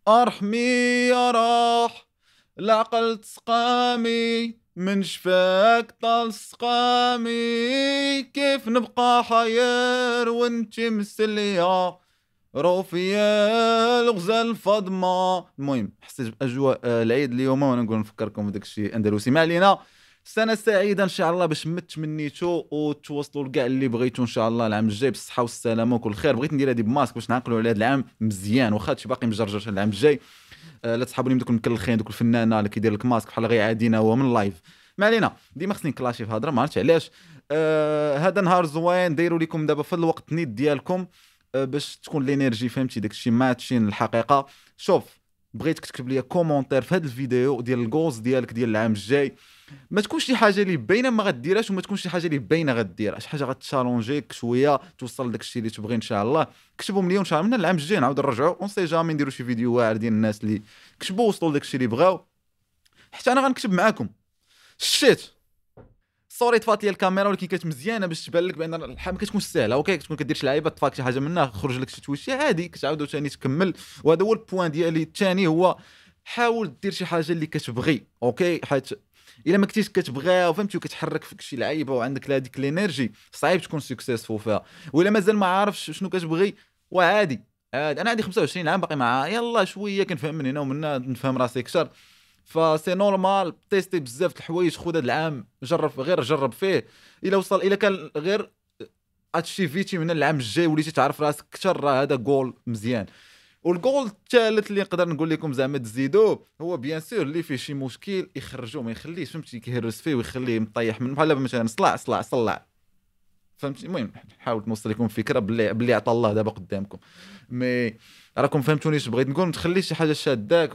ارحمي يا راح العقل تسقامي، من شفاك طال سقامي، كيف نبقى حير وانتي مسلية روفيا الغزال الفضمة. المهم حسيت باجواء العيد اليوم وانا نقول نفكركم بداك الشيء اندلسي. ما علينا. سنة سعيدة ان شاء الله باش تمنيتو وتوصلوا لكاع اللي بغيتو ان شاء الله العام الجاي بالصحة والسلامة وكل خير. بغيت ندير هذه بماسك باش نعقلوا على هذا العام مزيان، واخا هادشي باقي مجرجر العام الجاي. لا تسحبوني من دوك المكلخين دوك الفنانه اللي كيدير لك ماسك بحال غير عادينا هو من اللايف. ما علينا، ديما خصني نكلاشي في هضره ما عرفتش علاش. هذا نهار زوين دايروا لكم دابا في الوقت نيت ديالكم باش تكون الانرجي فهمتي داكشي ماتشين الحقيقه. شوف، بغيتك تكتب لي كومونتير في هذا الفيديو ديال الجوز ديالك ديال العام الجاي. ما تكونش شي حاجه اللي باينه ما غديرهاش، وما تكونش شي حاجه اللي باينه غديرها، شي حاجه غتشالونجيك شويه توصل لداكشي اللي تبغي ان شاء الله. كتبوا لي وان شاء الله من العام الجاي نعاود نرجعوا اون سي جامي نديروا شي فيديو واعر ديال الناس اللي كتبوا وصلوا لداكشي اللي بغاو، حتى انا غنكتب معاكم. شيت سوري طفات لي الكاميرا، ولكن كانت مزيانه باش تبان لك بان الحال ما كتكونش سهله. اوكي كتكون كدير شي لعيبه طفاك شي حاجه منها خرج لك شي تويشي عادي كتعاودوا ثاني تكمل. وهذا هو البوان ديالي الثاني، هو حاول دير شي حاجه اللي كتبغي. اوكي حيت الا ما كنتيش كتبغيها وفهمتي وكتحرك فيك شي لعيبه وعندك هذيك الانرجي صعيب تكون سكسيسفول فيها. والا مازال ما عارفش شنو كتبغي وعادي عادي. انا عندي 25 عام باقي مع يلا شويه كنفهم من هنا ومن هنا نفهم راسي اكثر. فسي نورمال تيستي بزاف د الحوايج. خذ هذا العام جرب غير جرب فيه. الا وصل الا كان غير هادشي فيتي من العام الجاي وليتي تعرف راسك اكثر راه هذا جول مزيان. والجول الثالث اللي نقدر نقول لكم زعما تزيدوه هو بيان سور اللي فيه شي مشكل يخرجوه، ما يخليش فهمتي كيهرس فيه ويخليه مطيح من بحال مثلا صلع فهمتي. المهم حاولت نوصل لكم فكره باللي عطا الله دابا قدامكم. مي راكم فهمتوني اش بغيت نقول. ما تخليش شي حاجه شاداك.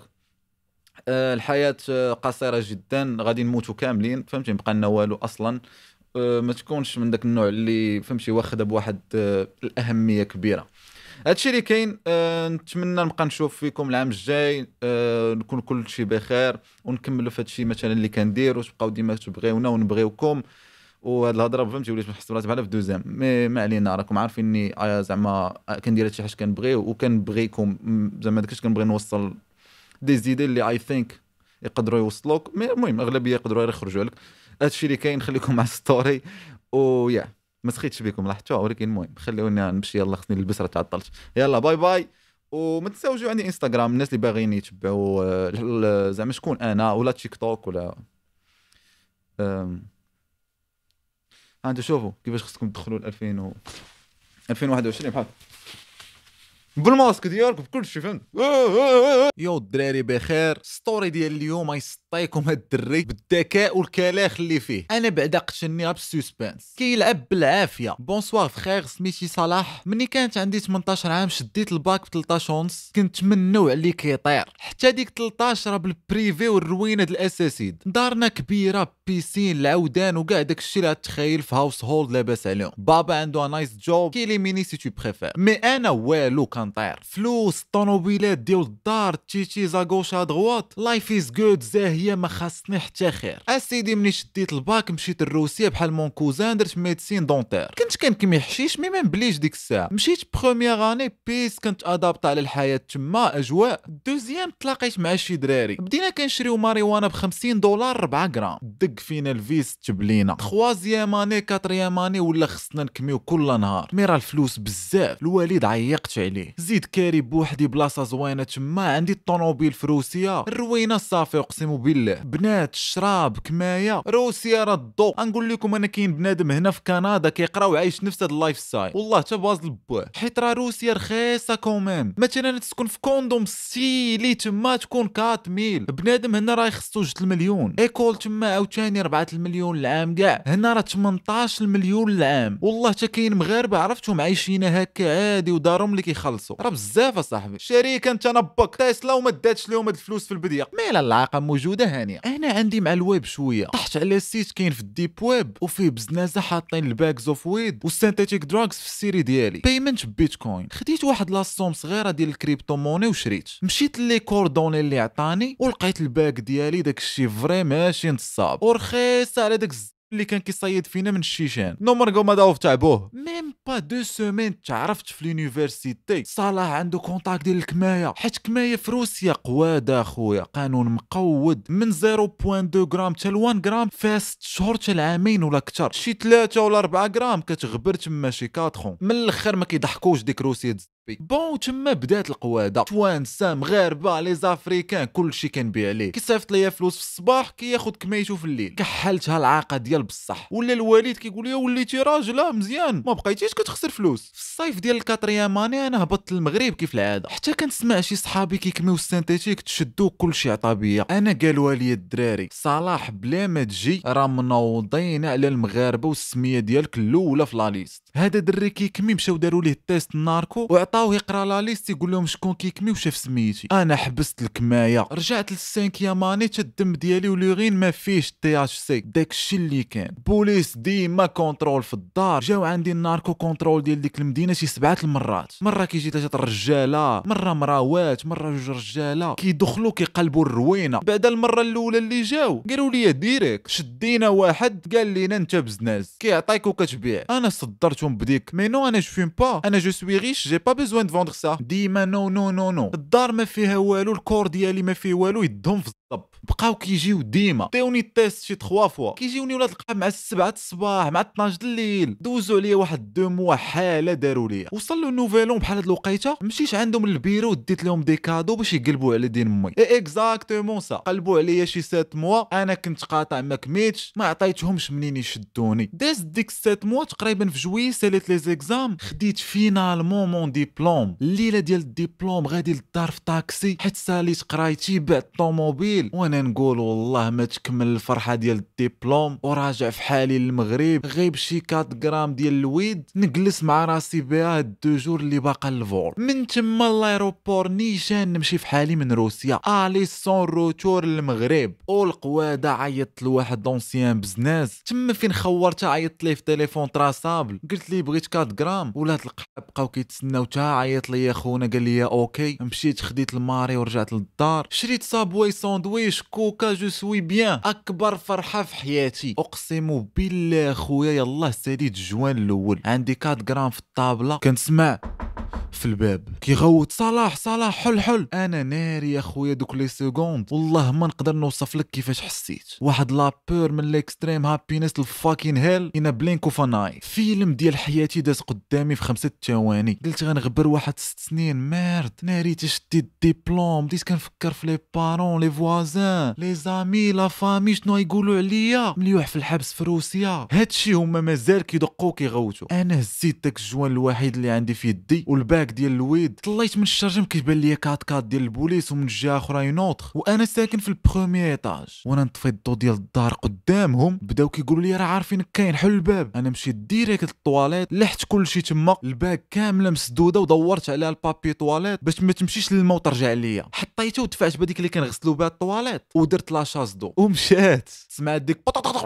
الحياه قصيره جدا، غادي نموتوا كاملين فهمتي، مبقى لنا والو اصلا. ما تكونش من داك النوع اللي فهمتي واخدها بواحد الاهميه كبيره. هادشي اللي كاين. نتمنى نبقى نشوف فيكم العام الجاي. نكون كل شيء بخير ونكملوا في هادشي مثلا اللي كندير، وتبقاو ديما تبغيونا ونبغيوكم. وهاد الهضره فهمتي وليت نحس براسي بحال في دوزام. مي ما علينا، راكم عارفيني زعما كندير هادشي حاجه كنبغي وكنبغيكم. زعما داكشي كنبغي نوصل دي زيدي اللي اي ثينك يقدروا يوصلوك. المهم اغلبيه يقدروا يخرجوا لك. هادشي اللي كاين. خليكم مع ستوري ويا ما سخيتش بكم لاحظتوا، ولكن المهم خليوني نمشي يلا خصني نلبس راه تعطلت. يلا باي باي. وما تنساوش عندي انستغرام الناس اللي باغيين يتبعوا زعما شكون انا، ولا تيك توك ولا انتوا شوفوا كيفاش خصكم تدخلوا ل 2021 بحال بالماسك ديالكم بكل شيء فهمت. يو الدراري بخير. ستوري ديال اليوم يسطيكم هاد الدري بالذكاء والكلاخ اللي فيه. انا بعدا قتلني بالسسبانس كيلعب بالعافيه. بونسوار فخير، سميتي صلاح. مني كانت عندي 18 عام شديت الباك ب 13 ونص. كنت من النوع اللي كيطير حتى ديك 13 بالبريفي والروينه د الاساسيد. دارنا كبيره بيسين العودان وكاع داكشي اللي تخيل في هاوس هولد لاباس عليهم. بابا عنده نايس جوب كيلي ميني سي تو بريفير. مي انا والو كنطير. فلوس طوموبيلات ديال الدار تيتي زاغوش ادغوات لايف از جود زاهيه ما خاصني حتى خير. اسيدي مني شديت الباك مشيت لروسيا بحال مون كوزان درت ميديسين دونتير. كنت كنكمي حشيش مي ما نبليش ديك الساعه. مشيت بروميير اني بيس كنت ادابط على الحياه تما اجواء. دوزيام تلاقيت مع شي دراري بدينا كنشريو ماريوانا ب 50 دولار 4 غرام. دق فينا الفيس تبلينا. خوازيام اني كاتريام اني ولا خصنا نكميو كل نهار. مي راه الفلوس بزاف. الوالد عيقت عليه. زيد كاري بوحدي بلاصه زوينه تما. عندي الطوموبيل في روسيا الروينه صافي اقسم بالله. بنات الشراب كمايه. روسيا راه الضو. غنقول لكم انا كاين بنادم هنا في كندا كيقرا وعايش نفس هذا اللايف ستايل والله حتى باز لبوه. حيت راه روسيا رخيصه كوميم. مثلا تسكن في كوندوم سيلي تما تكون 4000. بنادم هنا راه يخصو 2 المليون. ايكول تما عاوتاني 4 المليون العام كاع. هنا راه 18 المليون العام. والله حتى كاين مغاربه عرفتهم عايشين هكا عادي ودارهم اللي كيخلصوا. راه بزاف اصاحبي. شريكه انت نبك تسلا وما داتش لهم هاد الفلوس في البديه. ميلا العاقه موجوده هانيه. انا عندي مع الويب شويه. طحت على السيت كاين في الديب ويب وفيه بزنازه حاطين الباكز اوف ويد والسينثيتيك دراغز في السيري ديالي. بيمنت بيتكوين. خديت واحد لاصوم صغيره ديال الكريبتو موني وشريت. مشيت لي كوردوني اللي عطاني ولقيت الباك ديالي داك الشيء فري ماشي نصاب ورخيص على داك اللي كان كيصيد فينا من الشيشان نمرقو ما داو تعبوه ميم با 2 سيمين تعرفت في لونيفرسيتي صلاح عنده كونتاكت ديال الكمايه حيت كمايه في روسيا قواده اخويا قانون مقود من 0.2 غرام حتى 1 غرام فيها 6 شهور حتى العامين ولا اكثر شي 3 ولا 4 غرام كتغبر تما شي 4 من الاخر ما كيضحكوش ديك روسيا بون تما بدات القواده توانسه مغاربه لي زافريكان كلشي كنبيع عليه كيصيفط ليا فلوس في الصباح كياخذ كميتو في الليل كحلتها العاقه ديال بصح ولا الوالد كيقول لي وليتي راجل مزيان ما بقيتيش كتخسر فلوس في الصيف ديال الكاتريام اني انا هبطت للمغرب كيف العاده حتى كنسمع شي صحابي كيكميو السينتيتيك تشدو كلشي عطا بيا انا قالوا لي الدراري صلاح بلا ما تجي راه منوضين على المغاربه والسميه ديالك الاولى في لا ليست هذا دري كيكمي مشاو داروا ليه التيست الناركو وعطاوه يقرا لا ليست يقول لهم شكون كيكمي وشاف سميتي انا حبست الكمايه رجعت للسانكيام اني حتى الدم ديالي وليغين ما فيهش تي اتش سي داكشي اللي كان بوليس ديما كونترول في الدار جاو عندي الناركو كونترول ديال ديك المدينه شي 7 المرات مره كيجي 3 الرجاله مره مراوات مره 2 رجاله كيدخلوا كيقلبوا الروينه بعد المره الاولى اللي جاو قالوا لي ديريكت شدينا واحد قال لينا انت بزناز كيعطيك وكتبيع انا صدرتهم بديك مي نو انا جو فيم با انا جو سوي ريش جي با بيزوان دو فوندر سا ديما نو الدار ما فيها والو الكور ديالي ما فيه والو يدهم في الصب بقاو كيجيو ديما ديوني التيست شي 3 فوا كيجيوني ولاد القحاب مع 7 الصباح مع 12 الليل دوزوا عليا واحد 2 موا حاله داروا ليا وصل له نوفيلون بحال هاد الوقيته مشيت عندهم للبيرو وديت لهم دي كادو باش يقلبوا على دين امي اكزاكتومون سا قلبوا عليا شي 7 موا انا كنت قاطع ما كميتش ما عطيتهمش منين يشدوني داز ديك 7 موا تقريبا في جوي ساليت لي زيكزام خديت فينالمون مون ديبلوم الليله ديال الدبلوم غادي للدار في طاكسي حيت ساليت قرايتي بعت الطوموبيل وانا نقول والله ما تكمل الفرحه ديال الدبلوم وراجع في حالي للمغرب غيب شي 4 غرام ديال الويد نجلس مع راسي بها هاد 2 جور اللي باقا الفول من تما لايروبور نيشان نمشي في حالي من روسيا الي سون روتور للمغرب والقواده عيطت لواحد دونسيان بزناز تما فين خورتها عيطت ليه في تليفون تراسابل قلت ليه بغيت 4 غرام ولاد القحاب بقاو كيتسناو تا عيط ليا خونا قال لي اوكي مشيت خديت الماري ورجعت للدار شريت صابوي ساندويش كوكا جو سوي بيان اكبر فرحه في حياتي اقسم بالله خويا يلاه ساليت جوان الاول عندي 4 غرام في الطابله كنسمع في الباب كيغوت صلاح حل انا ناري يا خويا دوك لي سكوند والله ما نقدر نوصف لك كيفاش حسيت واحد لابور من الاكستريم هابينس الفاكين هيل ان بلينك اوف ان اي فيلم ديال حياتي داز قدامي في 5 ثواني قلت غنغبر واحد 6 سنين مارد ناري تشدي الدبلوم بديت كنفكر في لي بارون لي فوازان لي زامي لا فامي شنو يقولوا عليا مليوح في الحبس في روسيا هادشي هما مازال كيدقوا كيغوتوا انا هزيت داك الجوان الوحيد اللي عندي في يدي والباك ديال الويد طليت من الشرجم كيبان ليا 4 ديال البوليس ومن جهه اخرى ينوطخ وانا ساكن في البروميير ايطاج وانا نطفي الضو ديال الدار قدامهم بداو كيقولوا لي راه عارفينك كاين حل الباب انا مشيت ديريكت للطواليت لحت كلشي تما الباك كامله مسدوده ودورت عليها البابي طواليت باش ما تمشيش للما وترجع ليا حطيته ودفعت بهذيك اللي كنغسلوا بها الطواليت ودرت لاشاز دو ومشات سمعت ديك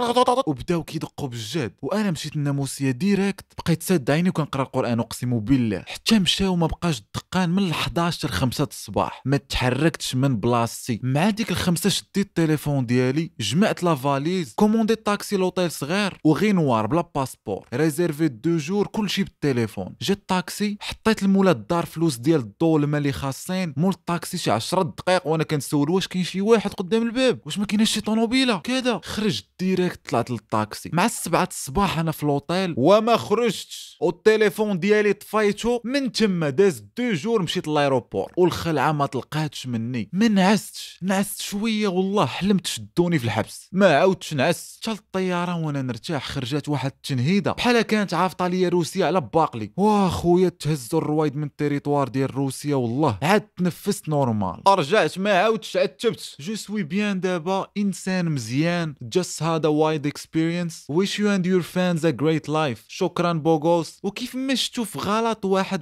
وبداو كيدقوا بالجهد وانا مشيت الناموسيه ديريكت بقيت ساد عيني وكنقرا القران اقسم بالله حتى مشاو ما بقاش الدقان من 11 ل 5 الصباح ما تحركتش من بلاصتي مع ديك الخمسه شديت التليفون ديالي جمعت لا فاليز كوموندي طاكسي لوطيل صغير وغي نوار بلا باسبور ريزيرفي 2 جور كلشي بالتليفون جا الطاكسي حطيت المولى الدار فلوس ديال الضو الماء اللي خاصين مول الطاكسي شي 10 دقائق وانا كنسول واش كاين شي واحد قدام الباب واش ما كايناش شي طوموبيله كذا خرجت ديريكت طلعت للطاكسي مع 7 الصباح انا في لوطيل وما خرجتش والتليفون ديالي طفيتو من تما داز 2 جور مشيت لايروبور والخلعه ما تلقاتش مني ما نعست شويه والله حلمت شدوني في الحبس ما عاودتش نعس حتى الطياره وانا نرتاح خرجات واحد التنهيده بحال كانت عافطه ليا روسيا على باقلي واخويا تهزوا الرويد من التريطوار ديال روسيا والله عاد تنفست نورمال رجعت ما عاودتش عتبت جو سوي بيان دابا انسان مزيان just had a wide experience wish you and your fans a great life شكرا بوغوس وكيف ما شفتوا في غلط واحد مع الفرحه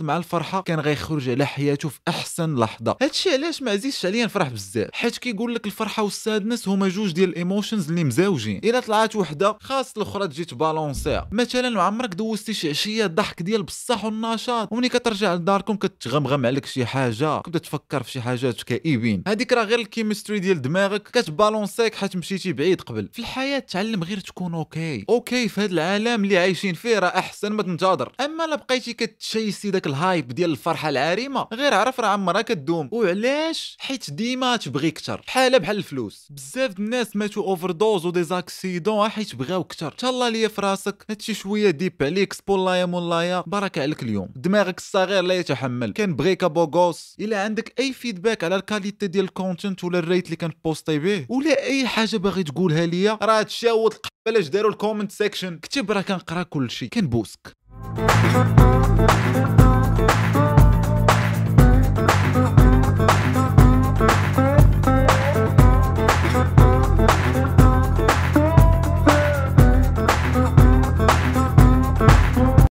الفرحه كان غيخرج على حياته في احسن لحظه. هادشي علاش ما عزيزش عليا نفرح بزاف، حيت كيقول لك الفرحه والسادنس هما جوج ديال الايموشنز اللي مزاوجين، الا طلعت وحده خاص الاخرى تجي تبالونسيها. مثلا ما عمرك دوزتي شي عشيه الضحك ديال بصح والنشاط وملي كترجع لداركم كتغمغم عليك شي حاجه، كتبدا تفكر في شي حاجات كئيبين، هذيك راه غير الكيمستري ديال دماغك كتبالونسيك حيت مشيتي بعيد قبل. في الحياه تعلم غير تكون اوكي في هذا العالم اللي عايشين فيه راه احسن ما تنتظر. اما لا بقيتي كتشيسي داك الهايب ديال الفرحه العارمه، غير عرف راه عمرها كدوم. وعلاش؟ حيت ديما تبغي كثر، بحال الفلوس. بزاف الناس ماتوا اوفر دوز وديزاكسيدون حيت بغاو كثر. تهلا ليا في راسك هادشي شويه ديب عليك، سبولايا مولايا بركه عليك اليوم. دماغك الصغير لا يتحمل. كان بغيك بوغوس. الا عندك اي فيدباك على الكاليتي ديال الكونتنت ولا الريت اللي كنبوستي به ولا اي حاجه باغي تقولها ليا، راه تشاود القبه داروا الكومنت سيكشن، كتب راه كنقرا كلشي. كنبوسك.